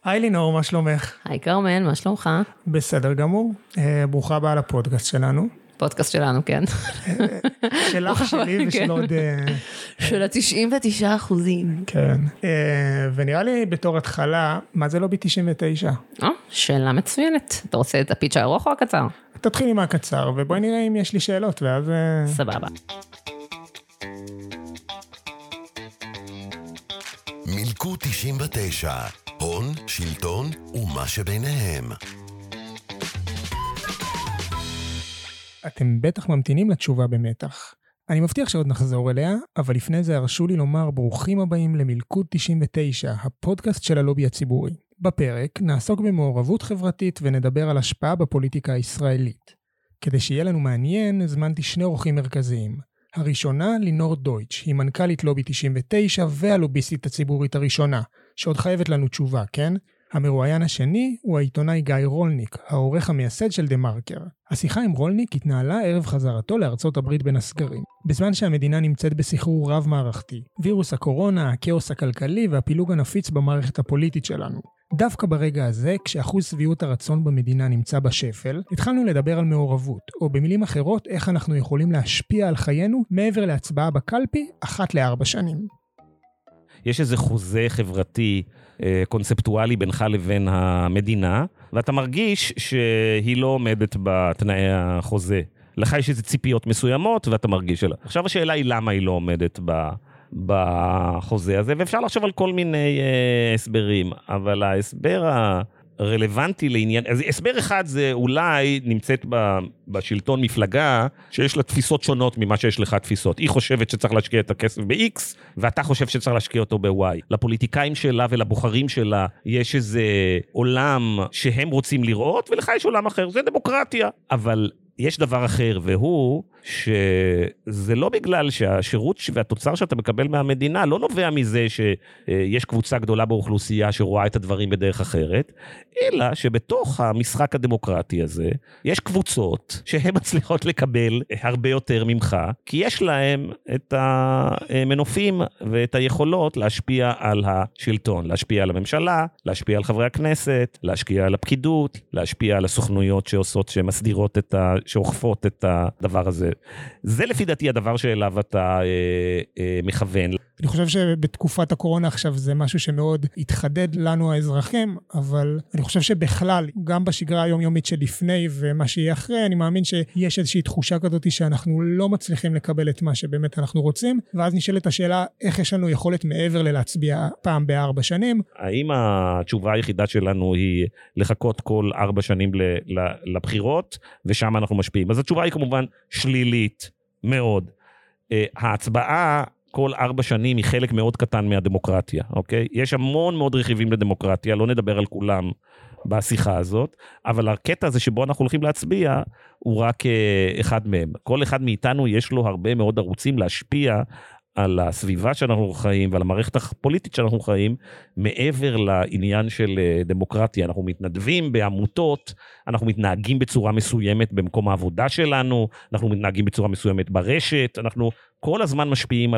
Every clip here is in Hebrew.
היי לינור, מה שלומך? היי קרמן, מה שלומך? בסדר גמור. ברוכה הבאה לפודקאסט שלנו. פודקאסט שלנו, כן. שלך, שלי ושל עוד... של ה-99%. כן. ונראה לי בתור התחלה, מה זה לובי 99? שאלה מצוינת. אתה רוצה את הפיץ' הארוך או הקצר? תתחיל עם הקצר, ובואי נראה אם יש לי שאלות, ואז... סבבה. מילקוט 99, הון, שלטון ומה שביניהם. אתם בטח ממתינים לתשובה במתח. אני מבטיח שעוד נחזור אליה, אבל לפני זה הרשו לי לומר ברוכים הבאים למילקוט 99, הפודקאסט של הלובי הציבורי. בפרק נעסוק במעורבות חברתית ונדבר על השפעה בפוליטיקה הישראלית. כדי שיהיה לנו מעניין, הזמנתי שני אורחים מרכזיים. הראשונה, לינור דויטש, היא מנכ"לית לובי 99 והלוביסטית הציבורית הראשונה, שעוד חייבת לנו תשובה, כן? המרואיין השני הוא העיתונאי גיא רולניק, העורך המייסד של דה מרקר. השיחה עם רולניק התנהלה ערב חזרתו לארצות הברית בין הסגרים, בזמן שהמדינה נמצאת בסחרור רב מערכתי, וירוס הקורונה, הכאוס הכלכלי והפילוג הנפיץ במערכת הפוליטית שלנו. דווקא ברגע הזה, כשאחוז שביעות הרצון במדינה נמצא בשפל, התחלנו לדבר על מעורבות, או במילים אחרות, איך אנחנו יכולים להשפיע על חיינו מעבר להצבעה בקלפי 1 ל-4 שנים. יש איזה חוזה חברתי קונספטואלי בינך לבין המדינה, ואתה מרגיש שהיא לא עומדת בתנאי החוזה. לך יש איזה ציפיות מסוימות, ואתה מרגיש שלה. עכשיו השאלה היא למה היא לא עומדת בחוזה הזה, ואפשר לחשוב על כל מיני הסברים, אבל ההסבר הרלוונטי לעניין, אז הסבר אחד זה אולי נמצאת בשלטון מפלגה, שיש לה תפיסות שונות ממה שיש לך תפיסות. היא חושבת שצריך להשקיע את הכסף ב-X, ואתה חושב שצריך להשקיע אותו ב-Y. לפוליטיקאים שלה ולבוחרים שלה, יש איזה עולם שהם רוצים לראות, ולך יש עולם אחר, זה דמוקרטיה. אבל יש דבר אחר, והוא שזה לא בגלל שהשירות והתוצר שאתה מקבל מהמדינה לא נובע מזה שיש קבוצה גדולה באוכלוסייה שרואה את הדברים בדרך אחרת, אלא שבתוך המשחק הדמוקרטי הזה יש קבוצות שהן מצליחות לקבל הרבה יותר ממך, כי יש להם את המנופים ואת היכולות להשפיע על השלטון, להשפיע על הממשלה, להשפיע על חברי הכנסת, להשפיע על הפקידות, להשפיע על הסוכנויות שעושות, שמסדירות שאוכפות את הדבר הזה. זה לפי דעתי הדבר שאליו אתה מכוון. אני חושב שבתקופת הקורונה עכשיו זה משהו שמאוד התחדד לנו האזרחים, אבל אני חושב שבכלל, גם בשגרה היומיומית שלפני ומה שיהיה אחרי, אני מאמין שיש איזושהי תחושה כזאת שאנחנו לא מצליחים לקבל את מה שבאמת אנחנו רוצים, ואז נשאלת השאלה איך יש לנו יכולת מעבר ללהצביע פעם ב4 שנים. האם התשובה היחידה שלנו היא לחכות כל 4 שנים לבחירות, ושם אנחנו משפיעים? אז התשובה היא כמובן שלילית מאוד. ההצבעה כל 4 שנים היא חלק מאוד קטן מהדמוקרטיה, אוקיי? יש המון מאוד רכיבים לדמוקרטיה, לא נדבר על כולם בשיחה הזאת, אבל הקטע הזה שבו אנחנו הולכים להצביע, הוא רק אחד מהם. כל אחד מאיתנו יש לו הרבה מאוד ערוצים להשפיע על הסביבה שאנחנו חיים ועל המערכת הפוליטית שאנחנו חיים, מעבר לעניין של דמוקרטיה. אנחנו מתנדבים בעמותות, אנחנו מתנהגים בצורה מסוימת במקום העבודה שלנו, אנחנו מתנהגים בצורה מסוימת ברשת, אנחנו כל הזמן משפיעים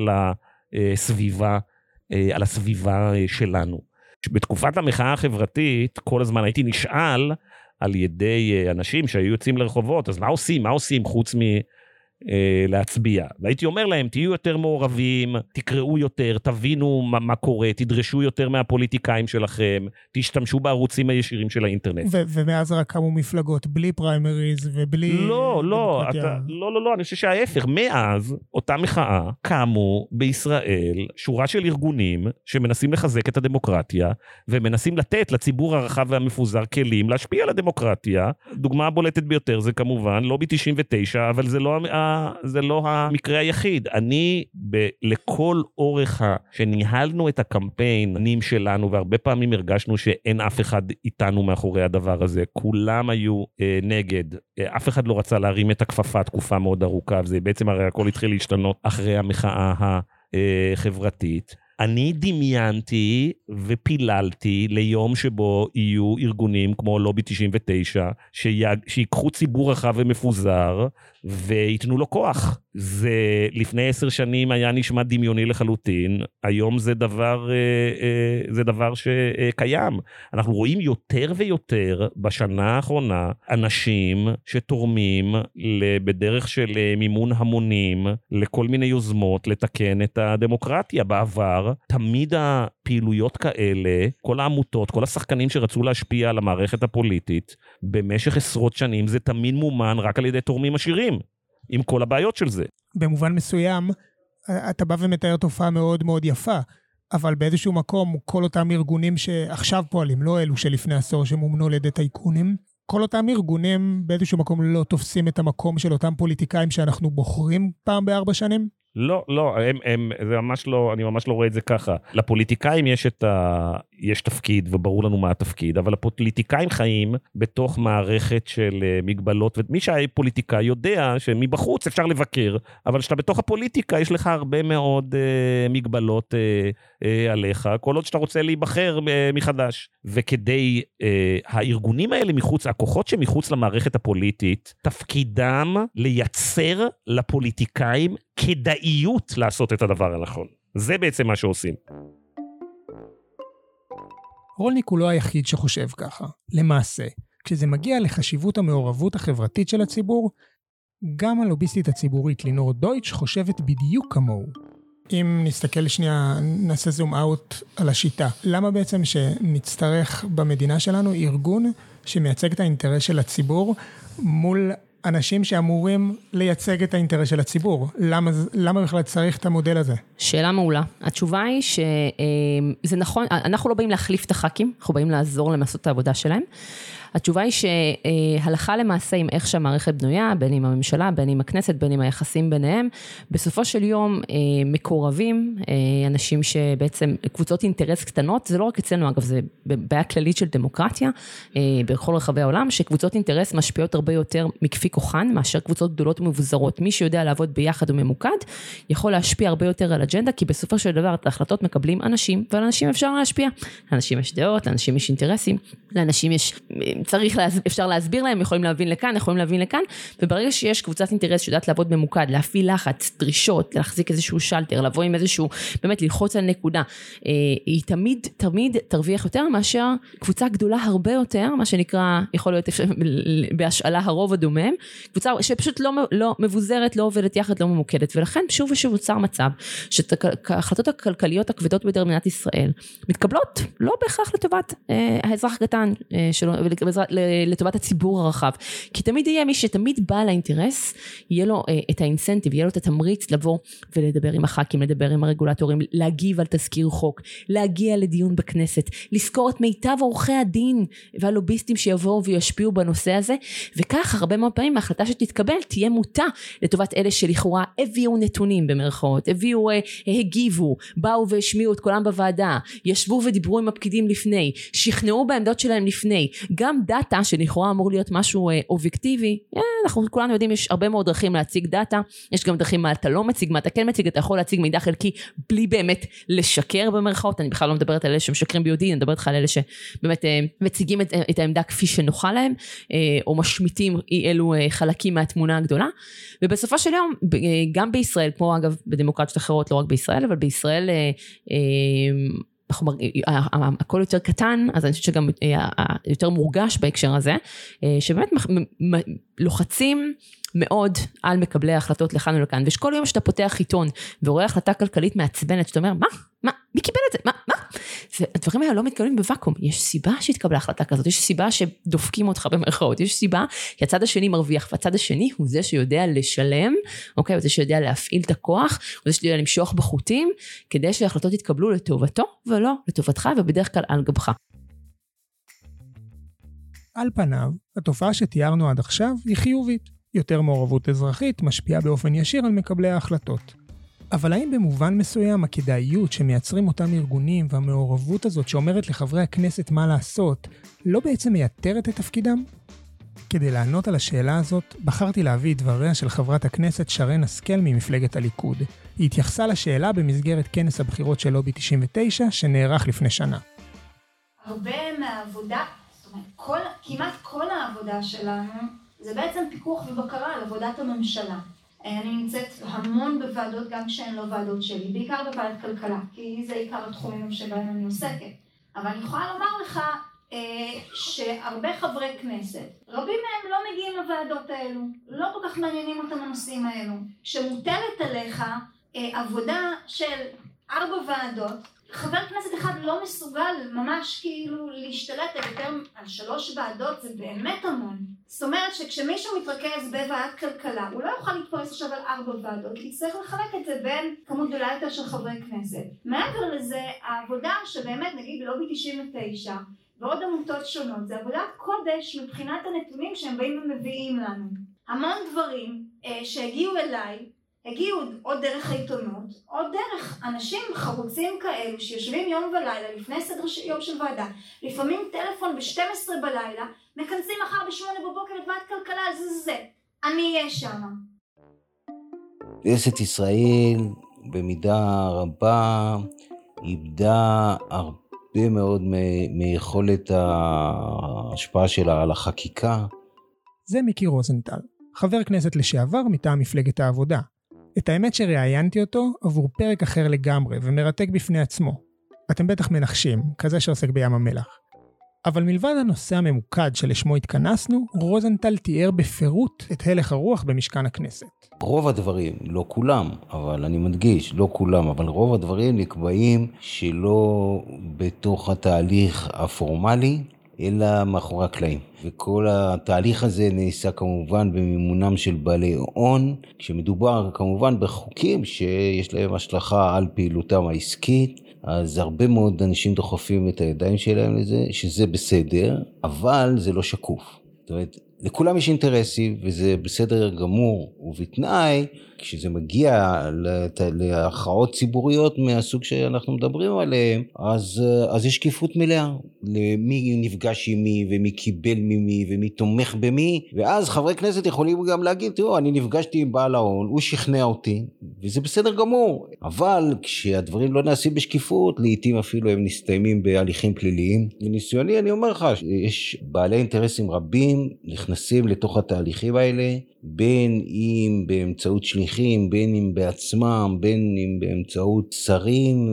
על הסביבה שלנו. בתקופת המחאה החברתית, כל הזמן הייתי נשאל על ידי אנשים שהיו יוצאים לרחובות, אז מה עושים חוץ להצביע? והייתי אומר להם, תהיו יותר מעורבים, תקראו יותר, תבינו מה קורה, תדרשו יותר מהפוליטיקאים שלכם, תשתמשו בערוצים הישירים של האינטרנט. ומאז רק קמו מפלגות, בלי פריימריז ובלי... לא, אני חושב שההפך, מאז אותה מחאה קמו בישראל שורה של ארגונים שמנסים לחזק את הדמוקרטיה, ומנסים לתת לציבור הרחב והמפוזר כלים להשפיע על הדמוקרטיה. דוגמה הבולטת ביותר זה כמובן לובי 99, אבל זה לא המקרה היחיד. אני לכל אורך שניהלנו את הקמפיינים שלנו, והרבה פעמים הרגשנו שאין אף אחד איתנו מאחורי הדבר הזה. כולם היו נגד. אף אחד לא רצה להרים את הכפפה תקופה מאוד ארוכה, וזה בעצם הרי הכל התחיל להשתנות אחרי המחאה החברתית. אני דמיינתי ופיללתי ליום שבו יהיו ארגונים כמו לובי 99, שיקחו ציבור רחב ומפוזר, ויתנו לו כוח. זה לפני 10 שנים היה נשמע דמיוני לחלוטין, היום זה דבר שקיים. אנחנו רואים יותר ויותר בשנה האחרונה אנשים שתורמים בדרך של מימון המונים לכל מיני יוזמות לתקן את הדמוקרטיה. בעבר תמיד הפעילויות כאלה, כל העמותות, כל השחקנים שרצו להשפיע על המערכת הפוליטית, במשך עשרות שנים זה תמיד מומן רק על ידי תורמים עשירים, עם כל הבעיות של זה. במובן מסוים, אתה בא ומתאר תופעה מאוד מאוד יפה, אבל באיזשהו מקום, כל אותם ארגונים שעכשיו פועלים, לא אלו שלפני עשור שמומנו על ידי טייקונים, כל אותם ארגונים באיזשהו מקום לא תופסים את המקום של אותם פוליטיקאים שאנחנו בוחרים פעם ב4 שנים? לא, זה ממש לא, אני ממש לא רואה את זה ככה. לפוליטיקאים יש תפקיד, וברור לנו מה התפקיד, אבל הפוליטיקאים חיים בתוך מערכת של מגבלות, ומי שהיה פוליטיקאי יודע שמבחוץ אפשר לבקר, אבל שאתה בתוך הפוליטיקה יש לך הרבה מאוד מגבלות עליך, כל עוד שאתה רוצה להיבחר מחדש. וכדי הארגונים האלה מחוץ, הכוחות שמחוץ למערכת הפוליטית, תפקידם לייצר לפוליטיקאים כדאיות לעשות את הדבר הנכון. זה בעצם מה שעושים. רולניק הוא לא היחיד שחושב ככה. למעשה, כשזה מגיע לחשיבות המעורבות החברתית של הציבור, גם הלוביסטית הציבורית לינור דויטש חושבת בדיוק כמוהו. אם נסתכל שנייה, נעשה זום אאוט על השיטה. למה בעצם שנצטרך במדינה שלנו ארגון שמייצג את האינטרס של הציבור מול אנשים שאמורים לייצג את האינטרס של הציבור? למה בכלל צריך את המודל הזה? שאלה מעולה. התשובה היא שזה נכון, אנחנו לא באים להחליף את הח"כים, אנחנו באים לעזור להם לעשות את העבודה שלהם. התשובה היא שהלכה למעשה עם איך שהמערכת בנויה, בין עם הממשלה, בין עם הכנסת, בין עם היחסים ביניהם, בסופו של יום מקורבים, אנשים שבעצם קבוצות אינטרס קטנות, זה לא רק אצלנו אגב, זה בעיה כללית של דמוקרטיה, בכל רחבי העולם, שקבוצות אינטרס משפיעות הרבה יותר מכפי כוחן, מאשר קבוצות גדולות ומבוזרות. מי שיודע לעבוד ביחד וממוקד, יכול להשפיע הרבה יותר על אג'נדה, כי בסופו של דבר את ההחלטות מקבלים אנשים, ועל אנשים אפשר להשפיע. לאנשים יש דעות, לאנשים יש אינטרסים, לאנשים יש אפשר להסביר להם, יכולים להבין לכאן, יכולים להבין לכאן, וברגע שיש קבוצת אינטרס שיודעת לעבוד ממוקד, להפעיל לחץ, דרישות, להחזיק איזשהו שלטר, לבוא עם איזשהו, באמת ללחוץ על נקודה, היא תמיד תרוויח יותר מאשר קבוצה גדולה הרבה יותר, מה שנקרא, יכול להיות בהשאלה הרוב הדומם, קבוצה שפשוט לא מבוזרת, לא עובדת יחד, לא ממוקדת, ולכן שוב ושוב נוצר מצב, שההחלטות הכלכליות הכבדות ביותר במדינת ישראל, מתקבלות לא בהכרח לטובת האזרח הקטן שלו, לטובת הציבור הרחב, כי תמיד יהיה מי שתמיד בא לאינטרס, יהיה לו את האינסנטיב, יהיה לו את התמריץ לבוא ולדבר עם הח"כים, לדבר עם הרגולטורים, להגיב על תזכיר חוק, להגיע לדיון בכנסת, לזכור את מיטב עורכי הדין והלוביסטים שיבואו וישפיעו בנושא הזה, וכך הרבה מאוד פעמים ההחלטה שתתקבל תהיה מוטה לטובת אלה שלכאורה הביאו נתונים במרכאות, הגיבו, באו והשמיעו את קולם בוועדה, ישבו ודיברו עם הפקידים לפני, שכנעו בעמדות שלהם לפני, גם דאטה שלכאורה אמור להיות משהו אובייקטיבי, אנחנו כולנו יודעים יש הרבה מאוד דרכים להציג דאטה, יש גם דרכים מה אתה לא מציג, מה אתה כן מציג, אתה יכול להציג מידע חלקי בלי באמת לשקר במרכאות, אני בכלל לא מדברת על אלה שמשקרים ביודעין, אני מדברת על אלה שבאמת מציגים את העמדה כפי שנוחה להם, או משמיטים אי אלו חלקים מהתמונה הגדולה, ובסופו של יום, גם בישראל, כמו אגב בדמוקרטיות אחרות, לא רק בישראל, אבל בישראל הכל יותר קטן, אז אני חושבת שגם יותר מורגש בהקשר הזה, שבאמת לוחצים מאוד על מקבלי ההחלטות לכאן ולכאן, ויש כל יום שאתה פותח עיתון, ורואה החלטה כלכלית מעצבנת, שאתה אומר, מה? מי קיבל את זה? מה? הדברים האלה לא מתקבלים בוואקום, יש סיבה שהתקבלה החלטה כזאת, יש סיבה שדופקים אותך במרכאות, יש סיבה שהצד השני מרוויח, והצד השני הוא זה שיודע לשלם, אוקיי, הוא זה שיודע להפעיל את הכוח, הוא זה שיודע למשוך בחוטים, כדי שההחלטות יתקבלו לטובתו, ולא לטובתך, ובדרך כלל על גבך. על פניו, התופעה שתיארנו עד עכשיו היא חיובית. יותר מעורבות אזרחית משפיעה באופן ישיר על מקבלי ההחלטות. אבל האם במובן מסוים הכדאיות שמייצרים אותם ארגונים והמעורבות הזאת שאומרת לחברי הכנסת מה לעשות, לא בעצם מייתרת את תפקידם? כדי לענות על השאלה הזאת, בחרתי להביא את דבריה של חברת הכנסת שרן השכל ממפלגת הליכוד. היא התייחסה לשאלה במסגרת כנס הבחירות של לובי 99 שנערך לפני שנה. הרבה מהעבודה, זאת אומרת, כמעט כל העבודה שלנו, זה בעצם פיקוח ובקרה על עבודת הממשלה. אני נמצאת המון בוועדות, גם כשהן לא ועדות שלי, בעיקר בוועדת כלכלה, כי זה עיקר התחומים שבהם אני עוסקת. אבל אני יכולה לומר לך שהרבה חברי כנסת, רבים מהם לא מגיעים לוועדות האלו, לא כל כך מעניינים אותם הנושאים האלו. שמוטלת עליך עבודה של 4 ועדות, חבר כנסת אחד לא מסוגל ממש כאילו להשתלט על 3 ועדות, זה באמת המון. זאת אומרת שכשמישהו מתרכז בוועדת כלכלה, הוא לא יוכל להתפרס עכשיו על 4 ועדות, כי צריך לחלק את זה בין כמות גדולה יותר של חברי כנסת. מעבר לזה, העבודה שבאמת נגיד לובי 99 ועוד עמותות שונות, זה עבודת קודש מבחינת הנתונים שהם באים ומביאים לנו. המון דברים שהגיעו אליי, הגיעו או דרך העיתונות, או דרך אנשים חרוצים כאלו שיושבים יום ולילה לפני סדר יום של ועדה, לפעמים טלפון ב-12 בלילה, מכנסים מחר ב-8 בבוקר את ועדת כלכלה, זה. אני אהיה שם. כנסת ישראל במידה רבה איבדה הרבה מאוד מיכולת ההשפעה שלה על החקיקה. זה מיקי רוזנטל, חבר כנסת לשעבר מטעם מפלגת העבודה. את האמת שראיינתי אותו עבור פרק אחר לגמרי ומרתק בפני עצמו. אתם בטח מנחשים, כזה שעוסק בים המלח. אבל מלבד הנושא הממוקד שלשמו התכנסנו, רוזנטל תיאר בפירוט את הלך הרוח במשכן הכנסת. רוב הדברים, לא כולם, אבל אני מדגיש, לא כולם, אבל רוב הדברים נקבעים שלא בתוך התהליך הפורמלי, אלא מאחורי הקלעים. וכל התהליך הזה נעשה כמובן במימונם של בעלי הון, כשמדובר כמובן בחוקים שיש להם השלכה על פעילותם העסקית, אז הרבה מאוד אנשים דוחפים את הידיים שלהם לזה, שזה בסדר, אבל זה לא שקוף. זאת אומרת, לכולם יש אינטרסים, וזה בסדר גמור, ובתנאי, כשזה מגיע להכרעות ציבוריות מהסוג שאנחנו מדברים עליהם, אז יש שקיפות מלאה, למי נפגש עם מי, ומי קיבל ממי, ומי תומך במי, ואז חברי כנסת יכולים גם להגיד, תראו, אני נפגשתי עם בעל ההון, הוא שכנע אותי, וזה בסדר גמור, אבל כשהדברים לא נעשים בשקיפות, לעתים אפילו הם מסתיימים בהליכים פליליים. מניסיוני אני אומר לך, יש בעלי אינטרסים רבים, נכנסים לתוך התהליכים האלה, בין אם באמצעות שליחים, בין אם בעצמם, בין אם באמצעות שרים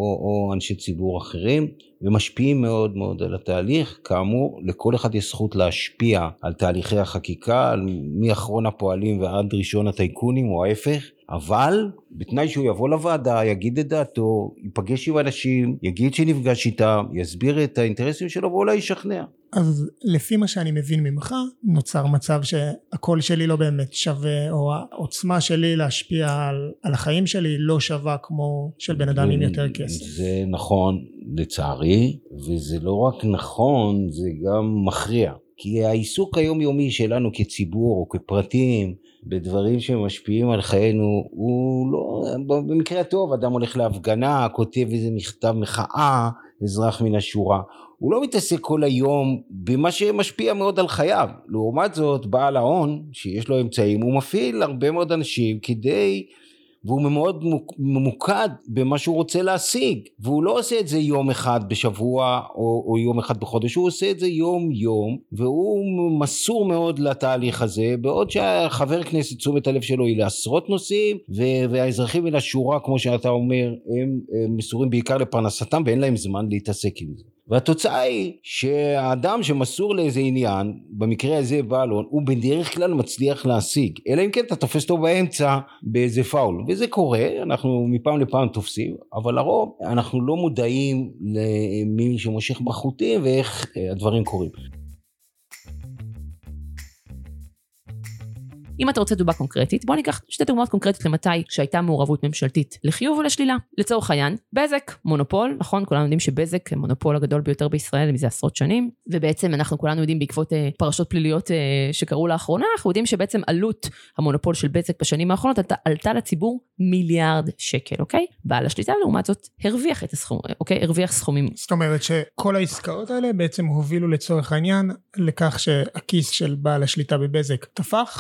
או אנשי ציבור אחרים, ומשפיעים מאוד מאוד על התהליך. כאמור, לכל אחד יש זכות להשפיע על תהליכי החקיקה, מאחרון הפועלים ועד ראשון הטייקונים או ההפך, אבל בתנאי שהוא יבוא לוועדה, יגיד את דעתו, ייפגש עם אנשים, יגיד שנפגש איתם, יסביר את האינטרסים שלו ואולי ישכנע. אז לפי מה שאני מבין ממך, נוצר מצב שהקול שלי לא באמת שווה, או העוצמה שלי להשפיע על החיים שלי לא שווה כמו של בן אדם עם יותר כסף. זה נכון לצערי, וזה לא רק נכון, זה גם מכריע. כי העיסוק היומיומי שלנו כציבור או כפרטים, בדברים שמשפיעים על חיינו, הוא לא, במקרה הטוב, אדם הולך להפגנה, כותב איזה מכתב מחאה, אזרח מן השורה, הוא לא מתעסק כל היום במה שמשפיע מאוד על חייו. לעומת זאת, בעל ההון, שיש לו אמצעים, הוא מפעיל הרבה מאוד אנשים כדי, והוא מאוד ממוקד במה שהוא רוצה להשיג, והוא לא עושה את זה יום אחד בשבוע או יום אחד בחודש, הוא עושה את זה יום יום, והוא מסור מאוד לתהליך הזה, בעוד שהחבר כנסת תשומת הלב שלו היא לעשרות נושאים, והאזרחים מן השורה, כמו שאתה אומר, הם מסורים בעיקר לפרנסתם, ואין להם זמן להתעסק עם זה. והתוצאה היא שהאדם שמסור לאיזה עניין, במקרה הזה בעל הון, הוא בדרך כלל מצליח להשיג, אלא אם כן אתה תופס אותו באמצע באיזה פאול, וזה קורה, אנחנו מפעם לפעם תופסים, אבל לרוב אנחנו לא מודעים למי שמושך בחוטים ואיך הדברים קורים. אם אתה רוצה דוגמה קונקרטית, בוא ניקח שתי דוגמאות קונקרטית למתי שהייתה מעורבות ממשלתית לחיוב ולשלילה. לצורך העניין, בזק, מונופול, נכון? כולנו יודעים שבזק הוא מונופול הגדול ביותר בישראל מזה עשרות שנים, ובעצם אנחנו כולנו יודעים בעקבות פרשות פליליות שקרו לאחרונה, אנחנו יודעים שבעצם עלות המונופול של בזק בשנים האחרונות עלתה לציבור מיליארד שקל, אוקיי? בעל השליטה לעומת זאת הרוויח את הסכום, אוקיי? הרוויח סכומים. זאת אומרת שכל העסקאות האלה בעצם הובילו לצורך העניין לכך שהכיס של בעל השליטה בבזק תפח,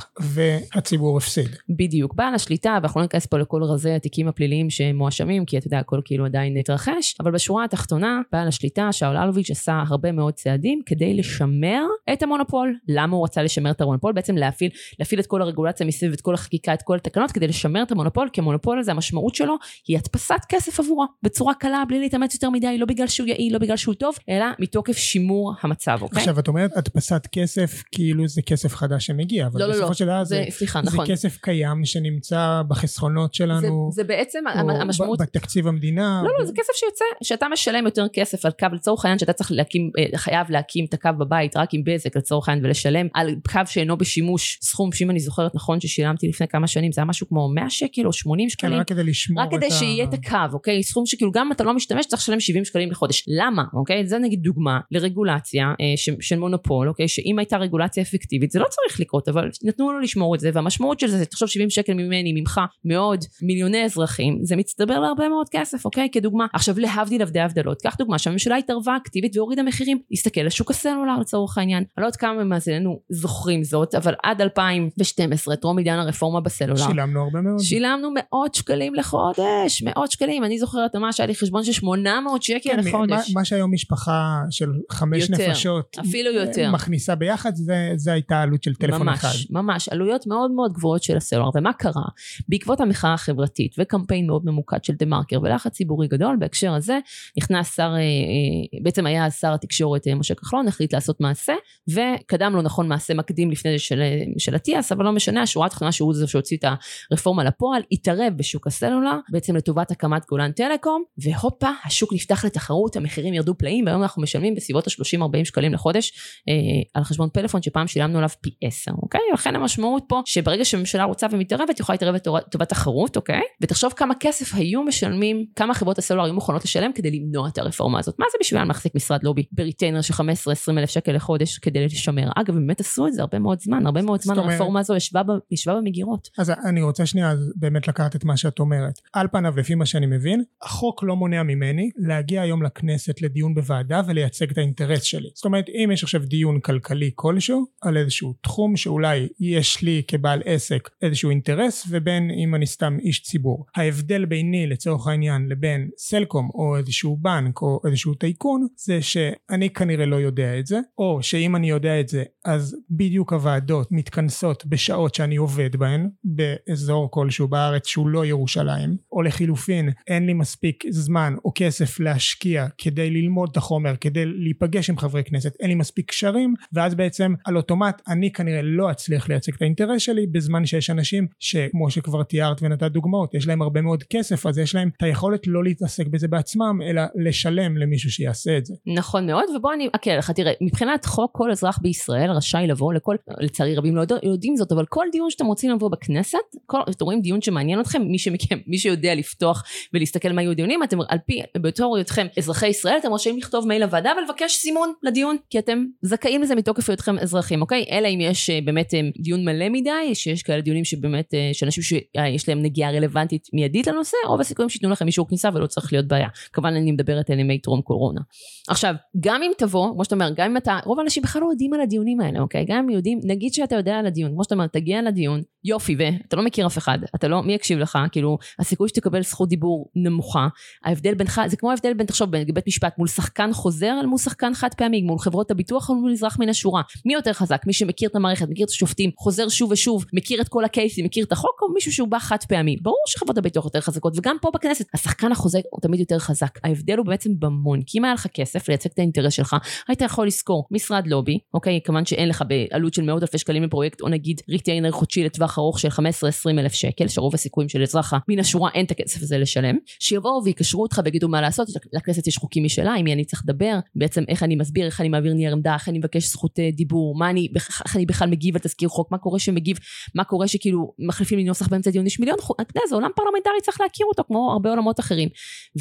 והציבור הפסיד. בדיוק, בעל השליטה, ואנחנו לא ניכנס פה לכל רזי התיקים הפליליים שמואשמים, כי אתה יודע, הכל כאילו עדיין התרחש, אבל בשורה התחתונה, בעל השליטה, שאול אלוביץ' עשה הרבה מאוד צעדים כדי לשמר את המונופול. למה הוא רצה לשמר את המונופול? בעצם להפעיל את כל הרגולציה מסביב, את כל החקיקה, את כל התקנות, כדי לשמר את המונופול, כי המונופול הזה, המשמעות שלו, היא הדפסת כסף עבורו, בצורה קלה, בלי להתאמץ יותר מדי, לא בגלל שהוא יעיל, לא בגלל שהוא טוב, אלא מתוקף שימור המצב, אוקיי? עכשיו, את אומרת, הדפסת כסף, כאילו זה כסף חדש שמגיע, אבל בסופו של דבר זה כסף קיים שנמצא בחסכונות שלנו, זה בעצם המשמעות, בתקציב המדינה. לא, זה כסף שיוצא, שאתה משלם יותר כסף על קו לצורך העניין, שאתה צריך חייב להקים את הקו בבית, רק עם בזק לצורך העניין, ולשלם על קו שאינו בשימוש, סכום שאם אני זוכרת נכון ששילמתי לפני כמה שנים, זה היה משהו כמו 100 שקל או 80 שקלים, רק כדי שיהיה את הקו, אוקיי? סכום שכאילו גם אתה לא משתמש, צריך לשלם 70 שקלים לחודש. למה? אוקיי? זה נגיד דוגמה לרגולציה של מונופול, אוקיי? שאם הייתה רגולציה אפקטיבית, זה לא צריך לקרות, אבל נתנו לו לשמור את זה, והמשמעות של זה, תחשוב 70 שקל ממני, ממך, מאוד מיליוני אזרחים, זה מצטבר להרבה מאוד כסף, אוקיי? כדוגמה. עכשיו להבדיל עבדי הבדלות, כך דוגמה שהממשלה התערבה אקטיבית והורידה מחירים, להסתכל לשוק הסלולר לצורך העניין. אני לא יודעת כמה ממאזיננו זוכרים זאת, אבל עד 2012, טרום עידן הרפורמה בסלולר. שילמנו הרבה מאוד. שילמנו מאות שקלים לחודש, מאות שקלים. אני זוכרת מה שהיה לי חשבון של 800 שקל לחודש. מה שהיום משפחה של 5 נפשות, אפילו יותר. מכניסה ביחד, זה הייתה העלות של טלפון אחד. ממש, עלויות מאוד מאוד גבוהות של הסלולר. ומה קרה? בעקבות המחאה החברתית וקמפיין מאוד ממוקד של דה-מרקר ולחץ ציבורי גדול, בהקשר הזה נכנס שר, בעצם היה שר התקשורת משה כחלון, החליט לעשות מעשה, וקדם לו נכון מעשה מקדים לפני זה של הטיאס, אבל לא משנה, השורה התחתונה שהוא זה שהוציא את הרפורמה לפועל, התערב בשוק הסלולר, בעצם לטובת הקמת גולן טלקום, והופה, השוק נפתח לתחרות, המחירים ירדו פלאים, והיום אנחנו משלמים בסביבות ה-30-40 שקלים לחודש, על חשבון פלאפון שפעם שילמנו עליו פי 10, אוקיי? ולכן המשמעות פה, שברגע שהממשלה רוצה ומתערבת, יכולה להתערב לטובת תחרות, אוקיי? ותחשוב כמה כסף היו משלמים, כמה חברות הסלולר היו מוכנות לשלם כדי למנוע את הרפורמה הזאת. מה זה בשביל מחזיק משרד לובי בריטיינר של 15-20 אלף שקל לחודש כדי לשמר? אגב, באמת עשו את זה הרבה מאוד זמן, הרפורמה הזו ישבה במגירות. אז אני רוצה שנייה באמת לקחת את מה שאת אומרת. על פניו, לפי מה שאני מבין, החוק לא מונע ממני להגיע היום לכנסת לדיון בוועדה ולייצג את האינטרס שלי. זאת אומרת, אם יש עכשיו דיון כלכלי כלשהו, על איזשהו תחום שאולי יש לי כבעל עסק איזשהו אינטרס, ובין אם אני סתם איש ציבור. ההבדל ביני לצורך העניין לבין סלקום או איזשהו בנק או איזשהו טייקון, זה שאני כנראה לא יודע את זה, או שאם אני יודע את זה, אז בדיוק הוועדות מתכנסות בשעות שאני עובד בהן, באזור כלשהו בארץ שהוא לא ירושלים, או לחילופין, אין לי מספיק זמן או כסף להשקיע כדי ללמוד את החומר, כדי להיפגש עם חברי כנסת, אין לי מספיק קשרים, ואז בעצם על אוטומט אני כנראה לא אצליח לייצג את האינטרס שלי, בזמן שיש אנשים שכמו שכבר תיארת ונתת דוגמאות, יש להם הרבה מאוד כסף, אז יש להם את היכולת לא להתעסק בזה בעצמם, אלא לשלם למישהו שיעשה את זה. נכון מאוד, ובוא אני אקל לך, תראה, מבחינת חוק כל אזרח בישראל רשאי לבוא לכל, לצערי רבים לא יודעים זאת, אבל כל דיון שאתם רוצים לבוא בכנסת, אתם רואים דיון שמעניין אתכם, מי שיודע לפתוח ולהסתכל מה יהיו דיונים, אתם על פי, בתור היותכם אזרחי ישראל, אתם רשאים לכתוב מייל לוועדה ולבקש סימון לדיון, כי אתם זכאים לזה מתוקף היותכם אזרחים, אוקיי? אלא אם יש באמת דיון מלא מדי, שיש כאלה דיונים שבאמת, שאנשים שיש להם נגיעה רלוונטית מיידית לנושא, רוב הסיכויים שיתנו לכם אישור כניסה ולא צריך להיות בעיה. כמובן אני מדברת על ימי טרום קורונה. עכשיו, גם אם תבוא, כמו שאתה אומר, גם אם אתה, רוב האנשים בכלל לא יודעים על הדיונים האלה, אוקיי? גם אם יודעים, נגיד שאתה יודע על הדיון, כמו שאתה אומר, תגיע לדיון, יופי, ואתה לא מכיר אף אחד, אתה לא, מי יקשיב לך? כאילו, הסיכוי שתקבל זכות דיבור נמוכה, ההבדל בינך, זה כמו ההבדל בין, תחשוב, בבית משפט, מול שחקן חוזר, על מול שחקן חד פעמי, מול חברות הביטוח, או מול אזרח מן השורה. מי יותר חזק? מי שמכיר את המערכת, מכיר את השופטים, חוזר שוב ושוב, מכיר את כל הקייסים, מכיר את החוק, או מישהו שהוא בא חד פעמי. ברור שחברות הביטוח יותר חזקות, וגם פה בכנסת, השחקן החוזק הוא תמיד יותר חזק. ההבדל הוא בעצם במון, כי אם היה לך כסף לייצג את האינטרס שלך, היית יכול לזכור משרד לובי, אוקיי, כמובן שאין לך בעלות של מאות אלפי שקלים לפרויקט, או נגיד ריטיינר חודשי לטווח ארוך של 15-20 אלף שקל, שרוב הסיכויים של אזרח מן השורה אין את הכסף הזה לשלם, שיבואו ויקשרו אותך ויגידו מה לעשות, לכנסת יש חוקים משלה, עם מי אני צריך לדבר, בעצם איך אני מסביר, איך אני מעביר נייר עמדה, איך אני מבקש זכות דיבור, איך אני בכלל מגיב על תזכיר חוק, מה קורה שמגיב, מה קורה שכאילו מחליפים לי נוסח באמצע דיון, יש מיליון חוק, זה עולם פרלמנטרי, צריך להכיר אותו כמו הרבה עולמות אחרים,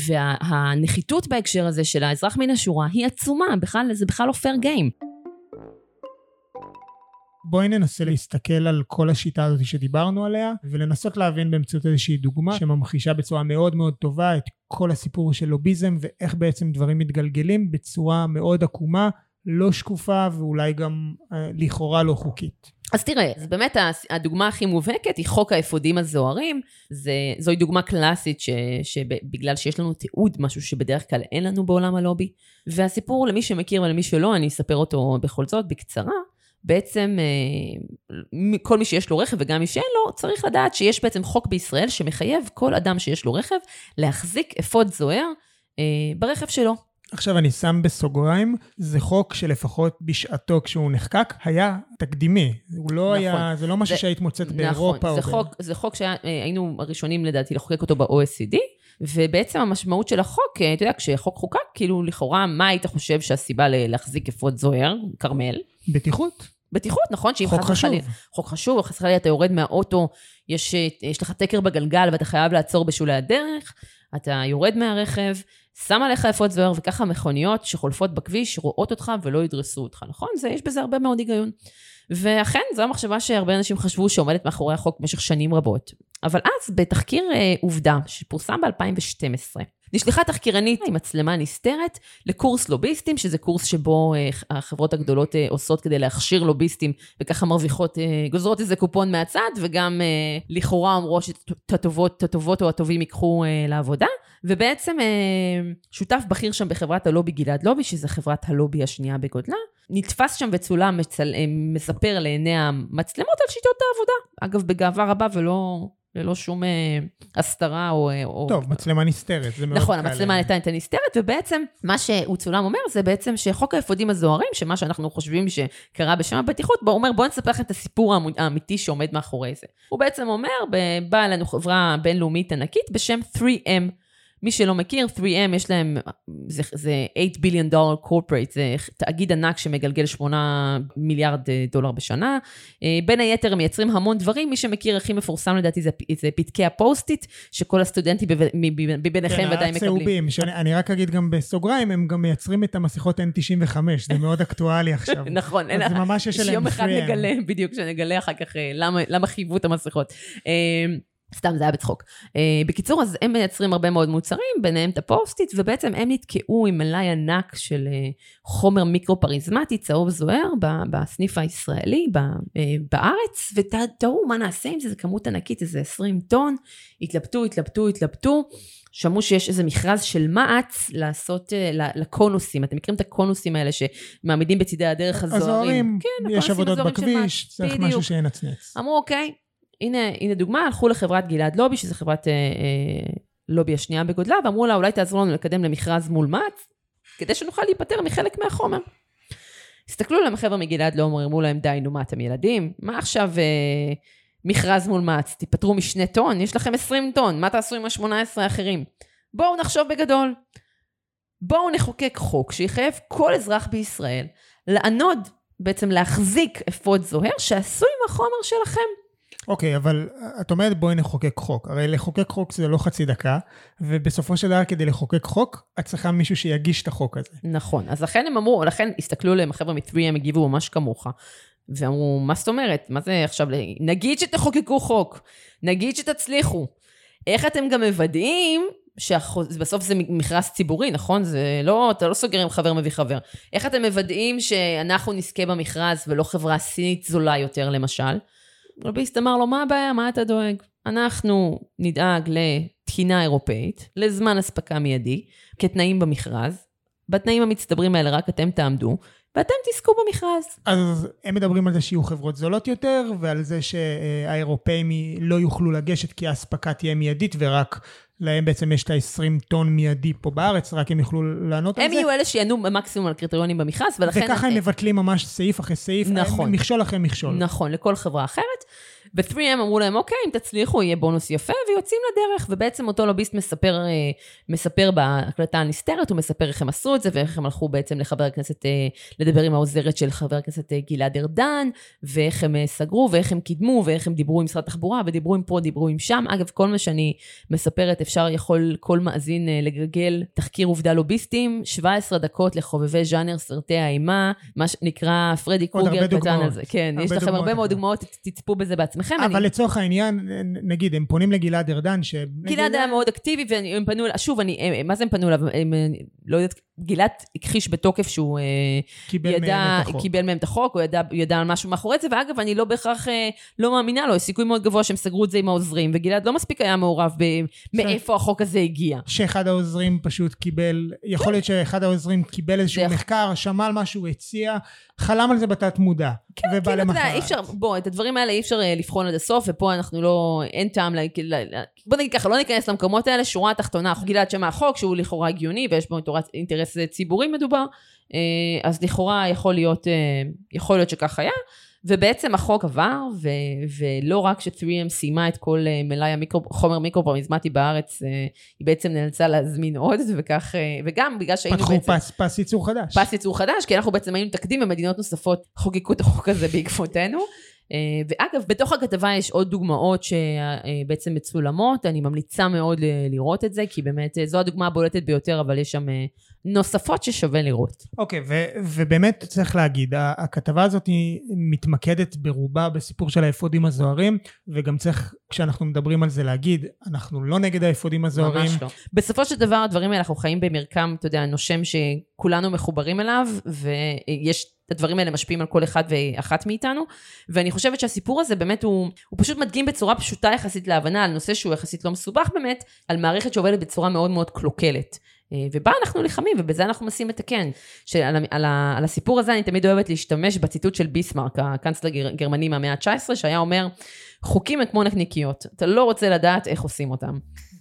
והנחיתות בהקשר הזה של האזרח מן השורה היא עצומה, זה בכלל לא fair game. בואי ננסה להסתכל על כל השיטה הזאת שדיברנו עליה, ולנסות להבין באמצעות איזושהי דוגמה שממחישה בצורה מאוד מאוד טובה את כל הסיפור של לוביזם, ואיך בעצם דברים מתגלגלים בצורה מאוד עקומה לא שקופה ואולי גם לכאורה לא חוקית. אז תראה, אז באמת הדוגמה הכי מובהקת היא חוק האפודים הזוהרים, זוהי דוגמה קלאסית שבגלל שיש לנו תיעוד, משהו שבדרך כלל אין לנו בעולם הלובי, והסיפור למי שמכיר ולמי שלא, אני אספר אותו בכל זאת בקצרה, בעצם כל מי שיש לו רכב וגם מי שאין לו, צריך לדעת שיש בעצם חוק בישראל שמחייב כל אדם שיש לו רכב להחזיק אפוד זוהר ברכב שלו. עכשיו אני שם בסוגריים, זה חוק שלפחות בשעתו כשהוא נחקק, היה תקדימי. הוא לא נכון. היה, זה לא משהו שהיית מוצאת באירופה. נכון, זה חוק שהיינו הראשונים לדעתי לחוקק אותו ב-OECD, ובעצם המשמעות של החוק, אתה יודע, כשהחוק חוקק, כאילו לכאורה, מה היית חושב שהסיבה להחזיק אפוד זוהר, קרמל? בטיחות, נכון? חוק חשוב. חוק חשוב, חס וחלילה אתה יורד מהאוטו, יש לך תקר בגלגל ואתה חייב לעצור בשולי הדרך, אתה יורד מהרכב, שם עליך אפוד זוהר, וככה מכוניות שחולפות בכביש רואות אותך ולא ידרסו אותך, נכון? יש בזה הרבה מאוד היגיון. ואכן, זו המחשבה שהרבה אנשים חשבו שעומדת מאחורי החוק במשך שנים רבות. אבל אז, בתחקיר עובדה, שפורסם ב-2012, נשלחה תחקירנית עם מצלמה נסתרת לקורס לוביסטים, שזה קורס שבו החברות הגדולות עושות כדי להכשיר לוביסטים, וככה מרוויחות, גוזרות איזה קופון מהצד, וגם לכאורה אומרו שהטובות או הטובים ייקחו לעבודה, ובעצם שותף בכיר שם בחברת הלובי גלעד לובי, שזה חברת הלובי השנייה בגודלה, נתפס שם וצולם מספר לעיני המצלמות על שיטות העבודה, אגב בגאווה רבה ולא שום הסתרה או... טוב, מצלמה נסתרת, זה מאוד נכון, קל. המצלמה הייתה נסתרת, ובעצם מה שהוא צולם אומר זה בעצם שחוק האפודים הזוהרים, שמה שאנחנו חושבים שקרה בשם הבטיחות, הוא אומר בואו נספר לכם את הסיפור האמיתי שעומד מאחורי זה. הוא בעצם אומר, באה לנו חברה בינלאומית ענקית בשם 3M, מי שלא מכיר, 3M יש להם, זה $8 billion corporate, זה תאגיד ענק שמגלגל $8 מיליארד בשנה. בין היתר הם מייצרים המון דברים, מי שמכיר הכי מפורסם לדעתי זה פתקי הפוסטיט, שכל הסטודנטים בביניכם ודאי מקבלים. אני רק אגיד גם בסוגריים, הם גם מייצרים את המסכות N95, זה מאוד אקטואלי עכשיו. נכון. אז זה ממש יש עליהם 3M. שיום אחד נגלה, בדיוק, שנגלה אחר כך למה חייבו את המסכות. סתם, זה היה בצחוק. בקיצור, אז הם מייצרים הרבה מאוד מוצרים, ביניהם את הפוסטיט, ובעצם הם נתקעו עם מלאי ענק של חומר מיקרו-פריזמטי, צהוב זוהר, בסניף הישראלי, בארץ, ותראו מה נעשה עם זה, זה כמות ענקית, איזה 20 טון, התלבטו, שמעו שיש איזה מכרז של מעץ לעשות לקונוסים, אתם מכירים את הקונוסים האלה שמעמידים בצידי הדרך הזוהרים? כן, יש עבודות בכביש, צריך משהו שינצנץ. אמרו, אוקיי, הנה דוגמה, הלכו לחברת גלעד לובי, שזו חברת לובי השנייה בגודלה, ואמרו לה, אולי תעזרו לנו לקדם למכרז מול מעץ, כדי שנוכל להיפטר מחלק מהחומר. הסתכלו להם החבר'ה מגלעד לובי, אמרו להם, די, נו, מה אתם ילדים? מה עכשיו מכרז מול מעץ? תיפטרו מ2 טון, יש לכם 20 טון, מה תעשו עם ה18 האחרים? בואו נחשוב בגדול. בואו נחוקק חוק שיחייב כל אזרח בישראל לענוד, בעצם להחזיק אפוד זוהר, שעשוי עם החומר שלכם. אוקיי, אבל את אומרת בואי נחוקק חוק. הרי לחוקק חוק זה לא חצי דקה, ובסופו של דבר כדי לחוקק חוק, את צריכה מישהו שיגיש את החוק הזה. נכון, אז לכן הם אמרו, לכן הסתכלו להם, החבר'ה מ-3M הגיבו ממש כמוך, ואמרו, מה זאת אומרת? מה זה עכשיו? נגיד שתחוקקו חוק, נגיד שתצליחו. איך אתם גם מוודאים שבסוף זה מכרז ציבורי, נכון? זה לא, אתה לא סוגר עם חבר מביא חבר. איך אתם מוודאים שאנחנו נזכה במכרז ולא חברה סינית זולה יותר, למשל? לוביסט אמר לו, מה הבעיה? מה אתה דואג? אנחנו נדאג לתקינה אירופאית, לזמן הספקה מיידי, כתנאים במכרז. בתנאים המצטברים האלה רק אתם תעמדו, ואתם תזכו במכרז. אז הם מדברים על זה שיהיו חברות זולות יותר, ועל זה שהאירופאים לא יוכלו לגשת, כי ההספקה תהיה מיידית, ורק להם בעצם יש את ה-20 טון מיידי פה בארץ, רק הם יוכלו לענות על זה. הם יהיו אלה שיענו במקסימום על קריטריונים במכרז, ולכן... וככה הם מבטלים ממש סעיף אחרי סעיף, נכון. מכשול אחרי מכשול. נכון, לכל חברה אחרת. ב-3M אמרו להם, אוקיי, אם תצליחו, יהיה בונוס יפה, ויוצאים לדרך, ובעצם אותו לוביסט מספר בהקלטה הנסתרת, הוא מספר איך הם עשו את זה, ואיך הם הלכו בעצם לחבר הכנסת, לדבר עם העוזרת של חבר הכנסת גלעד ארדן, ואיך הם סגרו, ואיך הם קידמו, ואיך הם דיברו עם משרד התחבורה, ודיברו עם פה, דיברו עם שם. אגב, כל מה שאני מספרת, יכול כל מאזין לגגל תחקיר עובדה לוביסטים, 17 דקות לחובבי ז'אנר סרטי האימה, מה שנקרא פרדי קרוגר קטן על זה. כן, יש לכם הרבה מאוד דוגמאות, תצפו בזה בעצמכם. אבל לצורך העניין, נגיד, הם פונים לגלעד ארדן, גלעד היה מאוד אקטיבי, והם פנו, שוב, מה זה הם פנו אליו? לא יודעת, גלעד הכחיש בתוקף שהוא קיבל מהם את החוק, הוא ידע על משהו מאחורי זה, ואגב, אני לא בהכרח לא מאמינה לו, יש סיכוי מאוד גבוה שהם סגרו את זה עם העוזרים, וגלעד לא מספיק היה מעורב מאיפה החוק הזה הגיע. שאחד העוזרים פשוט קיבל, יכול להיות שאחד העוזרים קיבל איזשהו מחקר, שמע על משהו, הציע, חלם על זה בתת מודע, ובא למחרת. בוא, את הדברים האלה אי אפשר לבחון עד הסוף, ופה אנחנו לא, אין טעם, בוא נגיד ככה, לא ניכנס למקומות האלה, שורה התחתונה, גלעד שמע החוק, שהוא לכאורה הגיוני, ויש בו אינטרס ציבורי מדובר, אז לכאורה יכול להיות שכך היה, ובעצם החוק עבר, ולא רק ש-3M סיימה את כל מלאי חומר מיקרו-פריזמטי בארץ, היא בעצם נאלצה להזמין עוד, וכך, וגם בגלל שהיינו בעצם... פתחו פס ייצור חדש. פס ייצור חדש, כי אנחנו בעצם היינו תקדים, ומדינות נוספות חוקקו את החוק הזה בעקבותינו. ואגב, בתוך הכתבה יש עוד דוגמאות שבעצם מצולמות, אני ממליצה מאוד לראות את זה, כי באמת זו הדוגמה הבולטת ביותר, אבל יש שם נוספות ששווה לראות. אוקיי, ובאמת צריך להגיד, הכתבה הזאת היא מתמקדת ברובה בסיפור של האפודים הזוהרים, וגם צריך, כשאנחנו מדברים על זה להגיד, אנחנו לא נגד האפודים הזוהרים. ממש לא. בסופו של דבר, הדברים האלה, אנחנו חיים במרקם, אתה יודע, נושם שכולנו מחוברים אליו, ויש הדברים האלה משפיעים על כל אחד ואחת מאיתנו, ואני חושבת שהסיפור הזה באמת הוא פשוט מדגים בצורה פשוטה יחסית להבנה, על נושא שהוא יחסית לא מסובך באמת, על מערכת שעובדת בצורה מאוד מאוד קלוקלת. ובה אנחנו לחמים, ובזה אנחנו מנסים לתקן. על הסיפור הזה אני תמיד אוהבת להשתמש בציטוט של ביסמרק, הקנצלר גרמני מהמאה ה-19, שהיה אומר, חוקים הם כמו נקניקיות, אתה לא רוצה לדעת איך עושים אותם.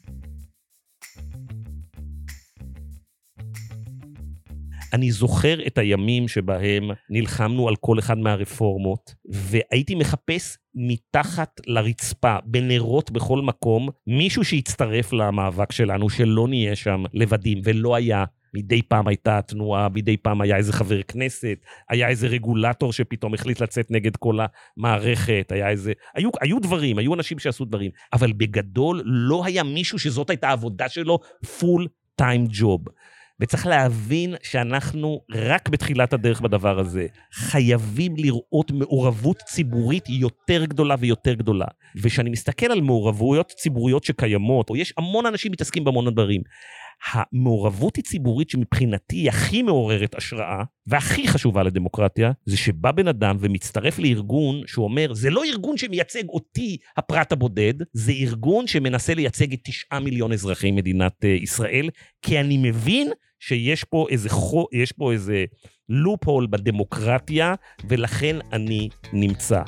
אני זוכר את הימים שבהם נלחמנו על כל אחד מהרפורמות, והייתי מחפש מתחת לרצפה, בנרות בכל מקום, מישהו שיצטרף למאבק שלנו, שלא נהיה שם לבדים, ולא היה. מדי פעם הייתה תנועה, מדי פעם היה איזה חבר כנסת, היה איזה רגולטור שפתאום החליט לצאת נגד כל המערכת, היו דברים, היו אנשים שעשו דברים, אבל בגדול לא היה מישהו שזאת הייתה העבודה שלו, full time job. וצריך להבין שאנחנו רק בתחילת הדרך בדבר הזה, חייבים לראות מעורבות ציבורית יותר גדולה ויותר גדולה. ושאני מסתכל על מעורבויות ציבוריות שקיימות, או יש המון אנשים מתעסקים בהמון דברים, המעורבות הציבורית שמבחינתי היא הכי מעוררת השראה, והכי חשובה לדמוקרטיה, זה שבא בן אדם ומצטרף לארגון שאומר, זה לא ארגון שמייצג אותי הפרט הבודד, זה ארגון שמנסה לייצג את 9 מיליון אזרחי מדינת ישראל, כי אני מבין שיש פה איזה לופ-הול בדמוקרטיה, ולכן אני נמצא.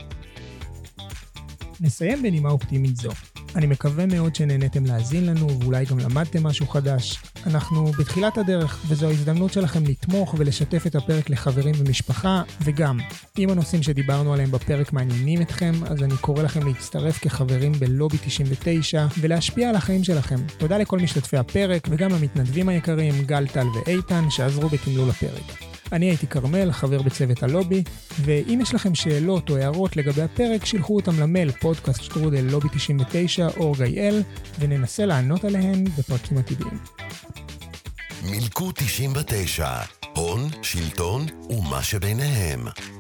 נסיים בנימה אופטימית זו. אני מקווה מאוד שנהניתם להאזין לנו, ואולי גם למדתם משהו חדש. אנחנו בתחילת הדרך, וזו ההזדמנות שלכם לתמוך ולשתף את הפרק לחברים ומשפחה, וגם, אם הנושאים שדיברנו עליהם בפרק מעניינים אתכם, אז אני קורא לכם להצטרף כחברים בלובי 99, ולהשפיע על החיים שלכם. תודה לכל משתתפי הפרק, וגם למתנדבים היקרים, גל, טל ואיתן, שעזרו בתמלול הפרק. אני הייתי קרמל, חבר בצוות הלובי, ואם יש לכם שאלות או הערות לגבי הפרק, שילחו אותם למייל podcast@lobby99.org.il, וננסה לענות עליהן בפרקים עתידיים. מילקוט 99, הון, שלטון ומה שביניהם.